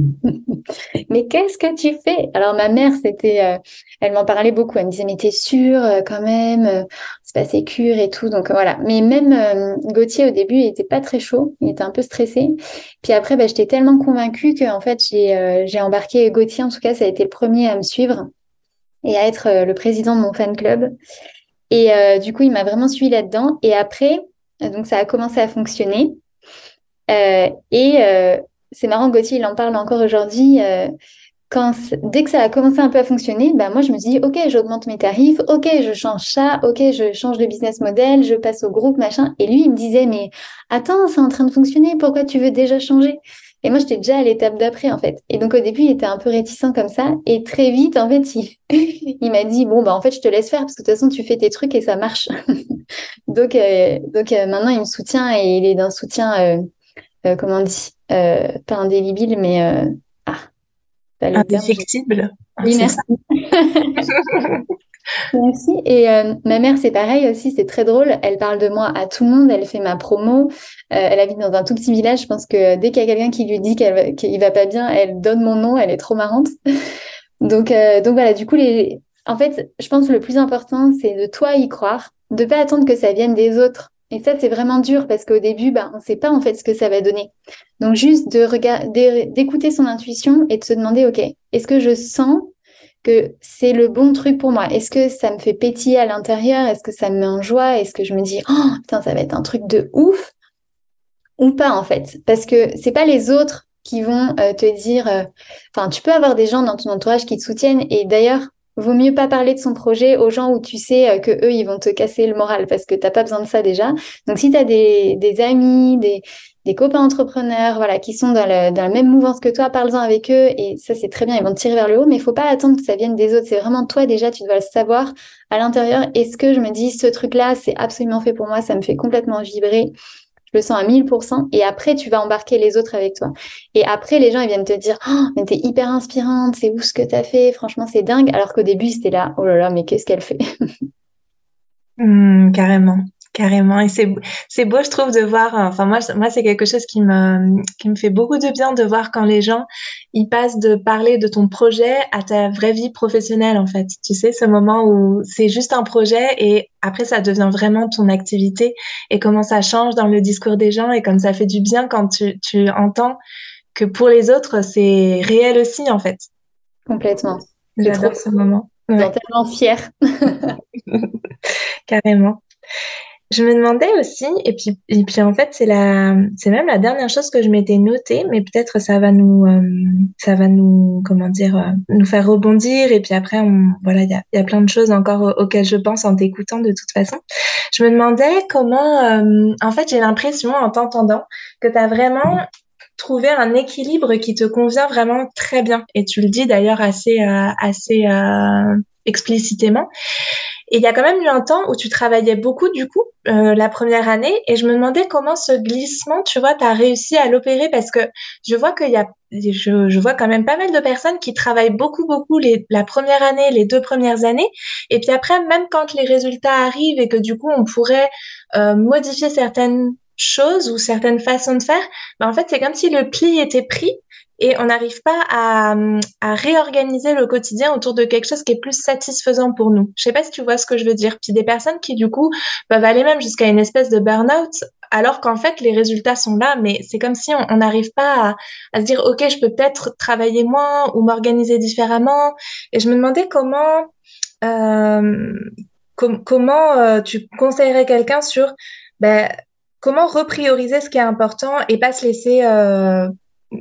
mais qu'est-ce que tu fais? Alors, ma mère, c'était, euh, elle m'en parlait beaucoup. Elle me disait, mais t'es sûre euh, quand même, euh, c'est pas sécure et tout. Donc, euh, voilà. Mais même euh, Gauthier, au début, il était pas très chaud. Il était un peu stressé. Puis après, bah, j'étais tellement convaincue que, en fait, j'ai euh, j'ai embarqué Gauthier. En tout cas, ça a été le premier à me suivre et à être euh, le président de mon fan club. Et euh, du coup, il m'a vraiment suivi là-dedans. Et après, euh, donc, ça a commencé à fonctionner. Euh, et euh, c'est marrant, Gauthier, il en parle encore aujourd'hui. Euh, quand, dès que ça a commencé un peu à fonctionner, bah moi je me suis dit, ok, j'augmente mes tarifs, ok, je change ça, ok, je change de business model, je passe au groupe, machin. Et lui, il me disait, mais attends, c'est en train de fonctionner, pourquoi tu veux déjà changer? Et moi, j'étais déjà à l'étape d'après, en fait. Et donc, au début, il était un peu réticent comme ça. Et très vite, en fait, il, il m'a dit, bon, bah, en fait, je te laisse faire parce que de toute façon, tu fais tes trucs et ça marche. Donc, euh, donc euh, maintenant, il me soutient et il est d'un soutien, euh, euh, comment on dit, euh, pas indélébile, mais euh, ah, pas le terme. je- Indéfectible, Oui, c'est merci. ça. Merci. Et euh, ma mère, c'est pareil aussi, c'est très drôle. Elle parle de moi à tout le monde, elle fait ma promo. Euh, elle habite dans un tout petit village. Je pense que dès qu'il y a quelqu'un qui lui dit qu'elle va- qu'il va pas bien, elle donne mon nom, elle est trop marrante. Donc, euh, donc voilà, du coup, les... en fait, je pense que le plus important, c'est de toi y croire, de pas attendre que ça vienne des autres. Et ça, c'est vraiment dur parce qu'au début, bah, on sait pas en fait ce que ça va donner. Donc, juste de regarder, d'écouter son intuition et de se demander, OK, est-ce que je sens que c'est le bon truc pour moi? Est-ce que ça me fait pétiller à l'intérieur? Est-ce que ça me met en joie? Est-ce que je me dis, oh, putain, ça va être un truc de ouf ou pas en fait? Parce que c'est pas les autres qui vont euh, te dire, euh, enfin, tu peux avoir des gens dans ton entourage qui te soutiennent et d'ailleurs, vaut mieux pas parler de son projet aux gens où tu sais euh, que eux, ils vont te casser le moral parce que t'as pas besoin de ça déjà. Donc, si tu as des, des amis, des, des copains entrepreneurs, voilà, qui sont dans, le, dans la même mouvance que toi, parle-en avec eux et ça, c'est très bien, ils vont te tirer vers le haut, mais il faut pas attendre que ça vienne des autres. C'est vraiment toi déjà, tu dois le savoir à l'intérieur. Est-ce que je me dis, ce truc-là, c'est absolument fait pour moi, ça me fait complètement vibrer. je le sens à mille pour cent. Et après, tu vas embarquer les autres avec toi. Et après, les gens, ils viennent te dire, oh, mais t'es hyper inspirante, c'est ouf ce que t'as fait, franchement, c'est dingue. Alors qu'au début, c'était là, oh là là, mais qu'est-ce qu'elle fait? Hmm, carrément, carrément. Et c'est c'est beau, je trouve, de voir. Enfin, moi, je- moi, c'est quelque chose qui me qui me fait beaucoup de bien de voir quand les gens ils passent de parler de ton projet à ta vraie vie professionnelle, en fait. Tu sais, ce moment où c'est juste un projet et après ça devient vraiment ton activité et comment ça change dans le discours des gens et comme ça fait du bien quand tu tu entends que pour les autres c'est réel aussi, en fait. Complètement. C'est trop, J'adore ce moment. ils sont Ouais, tellement fiers. carrément. Je me demandais aussi, et puis, et puis en fait, c'est la, c'est même la dernière chose que je m'étais notée, mais peut-être ça va nous, euh, ça va nous, comment dire, euh, nous faire rebondir, et puis après, on, voilà, il y a, il y a plein de choses encore au- auxquelles je pense en t'écoutant de toute façon. Je me demandais comment, euh, en fait, j'ai l'impression, en t'entendant, que tu as vraiment trouvé un équilibre qui te convient vraiment très bien, et tu le dis d'ailleurs assez, euh, assez, euh, explicitement. Et il y a quand même eu un temps où tu travaillais beaucoup, du coup, euh, la première année, et je me demandais comment ce glissement, tu vois, tu as réussi à l'opérer parce que je vois qu'il y a, je, je vois quand même pas mal de personnes qui travaillent beaucoup, beaucoup les, la première année, les deux premières années, et puis après, même quand les résultats arrivent et que du coup, on pourrait euh, modifier certaines choses ou certaines façons de faire, ben en fait, c'est comme si le pli était pris et on n'arrive pas à, à réorganiser le quotidien autour de quelque chose qui est plus satisfaisant pour nous. Je sais pas si tu vois ce que je veux dire. Puis des personnes qui, du coup, peuvent aller même jusqu'à une espèce de burn-out, alors qu'en fait, les résultats sont là, mais c'est comme si on n'arrive pas à, à se dire, OK, je peux peut-être travailler moins ou m'organiser différemment. Et je me demandais comment, euh, com- comment euh, tu conseillerais quelqu'un sur ben, comment reprioriser ce qui est important et pas se laisser euh,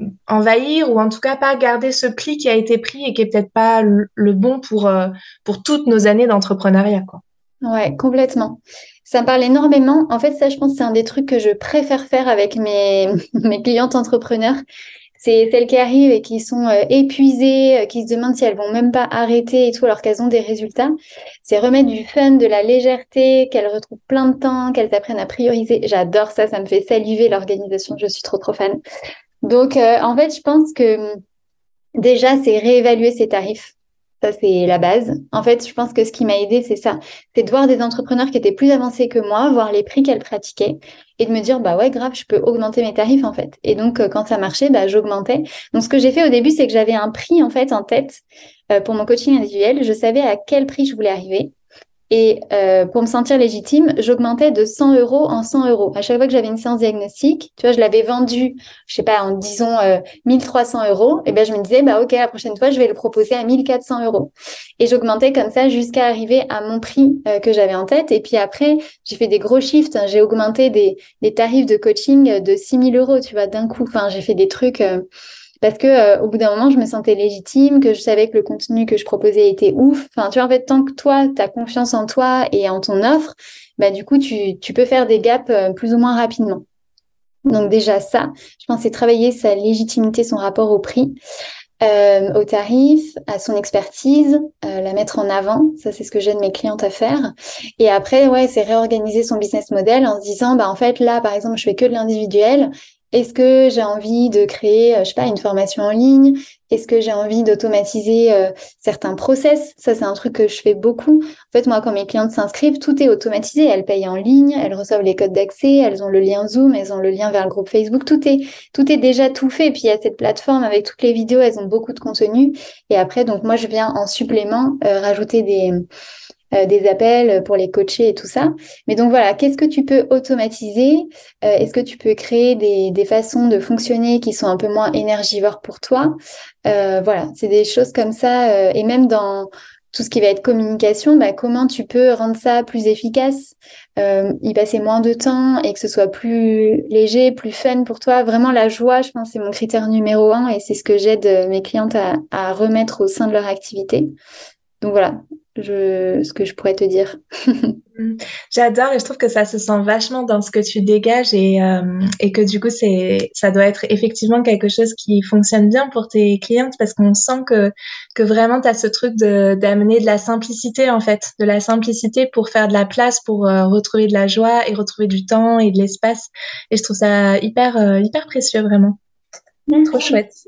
envahir ou en tout cas pas garder ce pli qui a été pris et qui est peut-être pas le, le bon pour, euh, pour toutes nos années d'entrepreneuriat, quoi. Ouais, complètement. Ça me parle énormément. En fait, ça, je pense, c'est un des trucs que je préfère faire avec mes, mes clientes entrepreneurs. C'est celles qui arrivent et qui sont euh, épuisées, euh, qui se demandent si elles vont même pas arrêter et tout, alors qu'elles ont des résultats. C'est remettre du fun, de la légèreté, qu'elles retrouvent plein de temps, qu'elles apprennent à prioriser. J'adore ça, ça me fait saliver l'organisation. Je suis trop, trop fan. Donc, euh, en fait, je pense que hum, déjà, c'est réévaluer ses tarifs. Ça, c'est la base. En fait, je pense que ce qui m'a aidé, c'est ça. C'est de voir des entrepreneurs qui étaient plus avancés que moi, voir les prix qu'elles pratiquaient et de me dire, bah ouais, grave, je peux augmenter mes tarifs, en fait. Et donc, euh, quand ça marchait, bah, j'augmentais. Donc, ce que j'ai fait au début, c'est que j'avais un prix, en fait, en tête, euh, pour mon coaching individuel. Je savais à quel prix je voulais arriver. Et euh, pour me sentir légitime, j'augmentais de cent euros en cent euros. À chaque fois que j'avais une séance diagnostique, tu vois, je l'avais vendue, je sais pas, en disons euh, mille trois cents euros. Et ben je me disais, bah ok, la prochaine fois, je vais le proposer à mille quatre cents euros. Et j'augmentais comme ça jusqu'à arriver à mon prix euh, que j'avais en tête. Et puis après, j'ai fait des gros shifts. Hein. J'ai augmenté des, des tarifs de coaching de six mille euros, tu vois, d'un coup. Enfin, j'ai fait des trucs. Euh, parce que euh, au bout d'un moment, je me sentais légitime, que je savais que le contenu que je proposais était ouf. Enfin, tu vois, en fait, tant que toi, tu as confiance en toi et en ton offre, bah, du coup, tu, tu peux faire des gaps euh, plus ou moins rapidement. Donc déjà ça, je pense, c'est travailler sa légitimité, son rapport au prix, euh, au tarif, à son expertise, euh, la mettre en avant. Ça, c'est ce que j'aide mes clientes à faire. Et après, ouais, c'est réorganiser son business model en se disant, bah en fait, là, par exemple, je fais que de l'individuel. Est-ce que j'ai envie de créer, euh, je sais pas, une formation en ligne? Est-ce que j'ai envie d'automatiser euh, certains process? Ça, c'est un truc que je fais beaucoup. En fait, moi, quand mes clientes s'inscrivent, tout est automatisé. Elles payent en ligne, elles reçoivent les codes d'accès, elles ont le lien Zoom, elles ont le lien vers le groupe Facebook. Tout est, tout est déjà tout fait. Et puis, il y a cette plateforme avec toutes les vidéos, elles ont beaucoup de contenu. Et après, donc, moi, je viens en supplément euh, rajouter des euh, des appels pour les coacher et tout ça. Mais donc voilà, qu'est-ce que tu peux automatiser? Euh, est-ce que tu peux créer des, des façons de fonctionner qui sont un peu moins énergivores pour toi? Euh, voilà, c'est des choses comme ça. Euh, et même dans tout ce qui va être communication, bah, comment tu peux rendre ça plus efficace, euh, y passer moins de temps et que ce soit plus léger, plus fun pour toi. Vraiment, la joie, je pense, c'est mon critère numéro un et c'est ce que j'aide mes clientes à, à remettre au sein de leur activité. Donc voilà, je, ce que je pourrais te dire. Mm. J'adore et je trouve que ça se sent vachement dans ce que tu dégages et, euh, et que du coup, c'est, ça doit être effectivement quelque chose qui fonctionne bien pour tes clientes parce qu'on sent que, que vraiment tu as ce truc de, d'amener de la simplicité en fait, de la simplicité pour faire de la place, pour euh, retrouver de la joie et retrouver du temps et de l'espace. Et je trouve ça hyper, euh, hyper précieux vraiment. Trop Merci. chouette.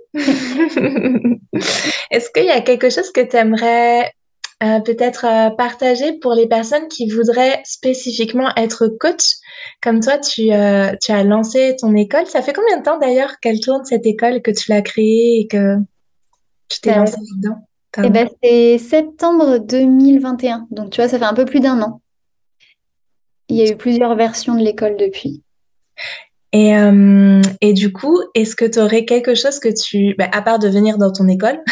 Est-ce qu'il y a quelque chose que tu aimerais euh, peut-être euh, partager pour les personnes qui voudraient spécifiquement être coach? Comme toi, tu, euh, tu as lancé ton école. Ça fait combien de temps d'ailleurs qu'elle tourne cette école, que tu l'as créée et que tu t'es Euh, lancée là-dedans? eh Pardon. ben, c'est septembre deux mille vingt et un. Donc, tu vois, ça fait un peu plus d'un an. Il y a eu plusieurs versions de l'école depuis. Et, euh, et du coup, est-ce que tu aurais quelque chose que tu, bah, à part de venir dans ton école,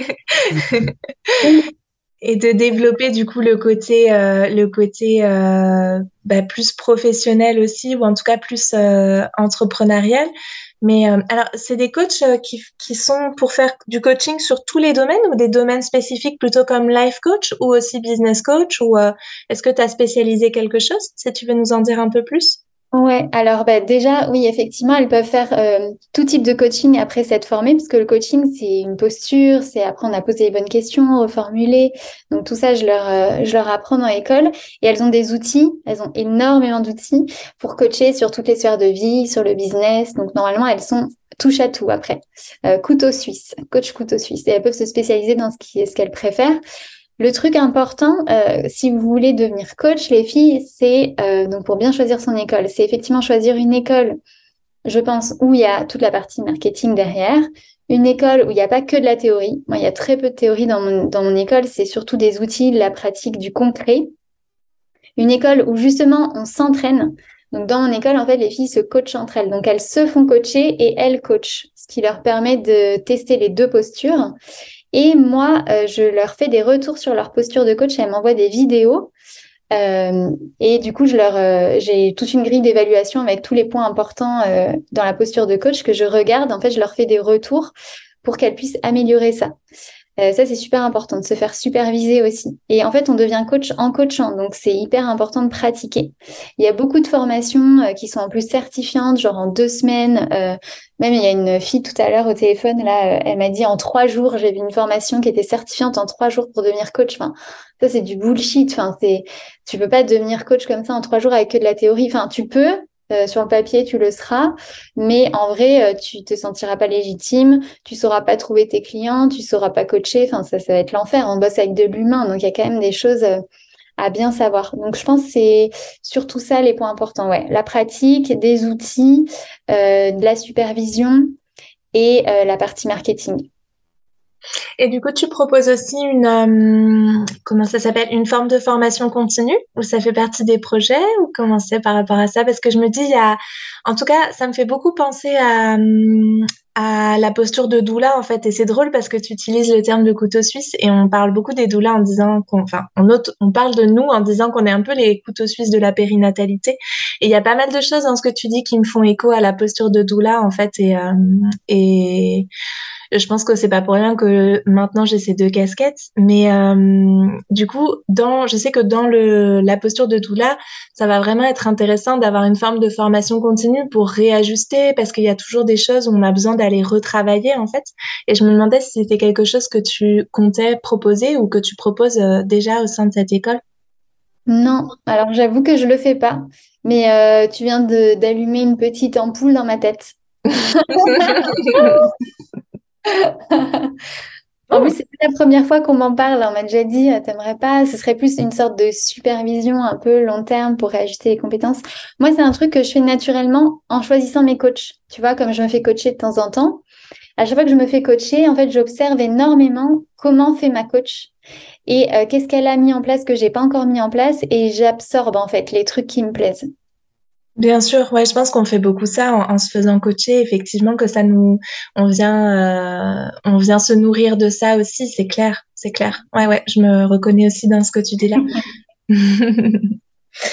et de développer du coup le côté euh, le côté euh, bah, plus professionnel aussi ou en tout cas plus euh, entrepreneurial. Mais euh, alors c'est des coachs euh, qui qui sont pour faire du coaching sur tous les domaines ou des domaines spécifiques plutôt comme life coach ou aussi business coach ou euh, est-ce que tu as spécialisé quelque chose? Si tu veux nous en dire un peu plus. Ouais, alors bah, déjà, oui, effectivement, elles peuvent faire euh, tout type de coaching après s'être formées, parce que le coaching, c'est une posture, c'est apprendre à poser les bonnes questions, reformuler. Donc tout ça, je leur, euh, je leur apprends dans l'école. Et elles ont des outils, elles ont énormément d'outils pour coacher sur toutes les sphères de vie, sur le business. Donc normalement, elles sont touche à tout après. Euh, couteau suisse, coach couteau suisse. Et elles peuvent se spécialiser dans ce qui, ce qu'elles préfèrent. Le truc important, euh, si vous voulez devenir coach, les filles, c'est euh, donc pour bien choisir son école, c'est effectivement choisir une école, je pense, où il y a toute la partie marketing derrière, une école où il n'y a pas que de la théorie. Moi, il y a très peu de théorie dans mon, dans mon école, c'est surtout des outils, de la pratique, du concret. Une école où justement on s'entraîne. Donc dans mon école, en fait, les filles se coachent entre elles. Donc elles se font coacher et elles coachent, ce qui leur permet de tester les deux postures. Et moi, euh, je leur fais des retours sur leur posture de coach. Elles m'envoient des vidéos. Euh, et du coup, je leur, euh, j'ai toute une grille d'évaluation avec tous les points importants euh, dans la posture de coach que je regarde. En fait, je leur fais des retours pour qu'elles puissent améliorer ça. Euh, ça, c'est super important de se faire superviser aussi. Et en fait, on devient coach en coachant, donc c'est hyper important de pratiquer. Il y a beaucoup de formations euh, qui sont en plus certifiantes, genre en deux semaines. Euh, même il y a une fille tout à l'heure au téléphone, là, euh, elle m'a dit en trois jours, j'ai vu une formation qui était certifiante en trois jours pour devenir coach. Enfin, ça, c'est du bullshit. Enfin, c'est, tu peux pas devenir coach comme ça en trois jours avec que de la théorie. Enfin, tu peux. Euh, sur le papier, tu le seras, mais en vrai, euh, tu te sentiras pas légitime, tu sauras pas trouver tes clients, tu sauras pas coacher. Enfin, ça, ça va être l'enfer. On bosse avec de l'humain, donc il y a quand même des choses euh, à bien savoir. Donc, je pense que c'est surtout ça les points importants. Ouais, la pratique, des outils, euh, de la supervision et euh, la partie marketing. Et du coup, tu proposes aussi une, euh, comment ça s'appelle, une forme de formation continue où ça fait partie des projets ou comment c'est par rapport à ça? Parce que je me dis, il y a, en tout cas, ça me fait beaucoup penser à, hum, à la posture de doula en fait. Et c'est drôle parce que tu utilises le terme de couteau suisse et on parle beaucoup des doulas en disant qu'on, enfin, on note, on parle de nous en disant qu'on est un peu les couteaux suisses de la périnatalité. Et il y a pas mal de choses dans ce que tu dis qui me font écho à la posture de doula en fait et, euh, et je pense que c'est pas pour rien que maintenant j'ai ces deux casquettes, mais euh, du coup, dans, je sais que dans le, la posture de doula, ça va vraiment être intéressant d'avoir une forme de formation continue pour réajuster, parce qu'il y a toujours des choses où on a besoin d'aller retravailler en fait. Et je me demandais si c'était quelque chose que tu comptais proposer ou que tu proposes euh, déjà au sein de cette école. Non, alors j'avoue que je le fais pas, mais euh, tu viens de d'allumer une petite ampoule dans ma tête. En plus, c'est pas la première fois qu'on m'en parle. On m'a déjà dit, euh, t'aimerais pas, ce serait plus une sorte de supervision un peu long terme pour réajuster les compétences. Moi, c'est un truc que je fais naturellement en choisissant mes coachs. Tu vois, comme je me fais coacher de temps en temps. À chaque fois que je me fais coacher, en fait, j'observe énormément comment fait ma coach et euh, qu'est-ce qu'elle a mis en place que j'ai pas encore mis en place et j'absorbe en fait les trucs qui me plaisent. Bien sûr, ouais, je pense qu'on fait beaucoup ça en, en se faisant coacher, effectivement, que ça nous, on vient, euh, on vient se nourrir de ça aussi, c'est clair, c'est clair. Ouais, ouais, je me reconnais aussi dans ce que tu dis là.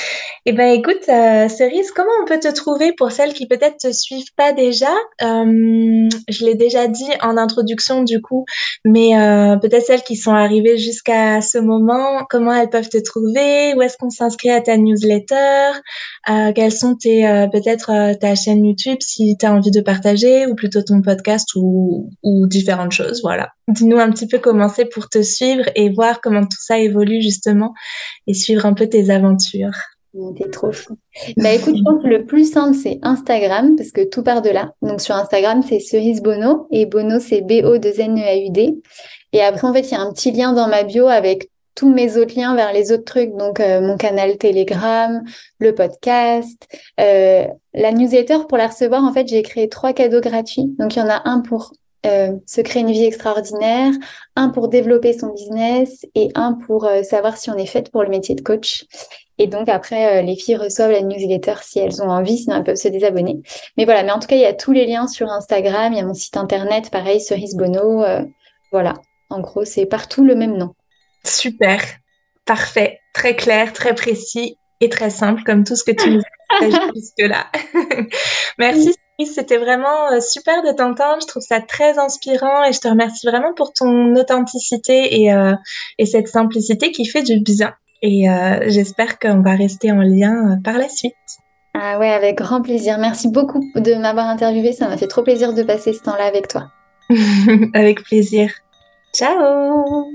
Eh ben écoute, euh, Cerise, comment on peut te trouver pour celles qui peut-être te suivent pas déjà? Euh, je l'ai déjà dit en introduction du coup, mais euh, peut-être celles qui sont arrivées jusqu'à ce moment, comment elles peuvent te trouver? Où est-ce qu'on s'inscrit à ta newsletter? Euh, quelles sont tes euh, peut-être euh, ta chaîne YouTube si tu as envie de partager, ou plutôt ton podcast ou, ou différentes choses, voilà. Dis-nous un petit peu comment c'est pour te suivre et voir comment tout ça évolue justement et suivre un peu tes aventures. Oh, t'es trop chou. Bah écoute, je pense que le plus simple, c'est Instagram, parce que tout part de là. Donc sur Instagram, c'est Cerise Bono, et Bono, c'est B O deux N E A U D. Et après, en fait, il y a un petit lien dans ma bio avec tous mes autres liens vers les autres trucs. Donc euh, mon canal Telegram, le podcast, euh, la newsletter. Pour la recevoir, en fait, j'ai créé trois cadeaux gratuits. Donc il y en a un pour euh, se créer une vie extraordinaire, un pour développer son business et un pour euh, savoir si on est faite pour le métier de coach. Et donc après, euh, les filles reçoivent la newsletter si elles ont envie, sinon elles peuvent se désabonner. Mais voilà, mais en tout cas, il y a tous les liens sur Instagram, il y a mon site internet, pareil, Cerise Bono. Euh, voilà, en gros, c'est partout le même nom. Super, parfait, très clair, très précis et très simple comme tout ce que tu nous as partagé jusque-là. Merci, Cerise, c'était vraiment euh, super de t'entendre. Je trouve ça très inspirant et je te remercie vraiment pour ton authenticité et, euh, et cette simplicité qui fait du bien. Et euh, j'espère qu'on va rester en lien euh, par la suite. Ah ouais, avec grand plaisir. Merci beaucoup de m'avoir interviewée. Ça m'a fait trop plaisir de passer ce temps-là avec toi. Avec plaisir. Ciao!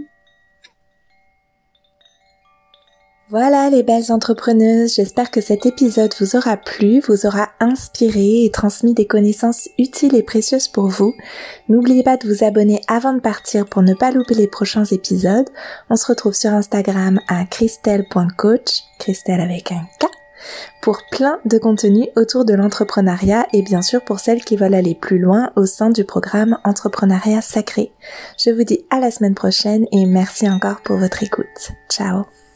Voilà les belles entrepreneuses, j'espère que cet épisode vous aura plu, vous aura inspiré et transmis des connaissances utiles et précieuses pour vous. N'oubliez pas de vous abonner avant de partir pour ne pas louper les prochains épisodes. On se retrouve sur Instagram à christelle point coach, Christelle avec un K, pour plein de contenus autour de l'entrepreneuriat et bien sûr pour celles qui veulent aller plus loin au sein du programme Entrepreneuriat Sacré. Je vous dis à la semaine prochaine et merci encore pour votre écoute. Ciao!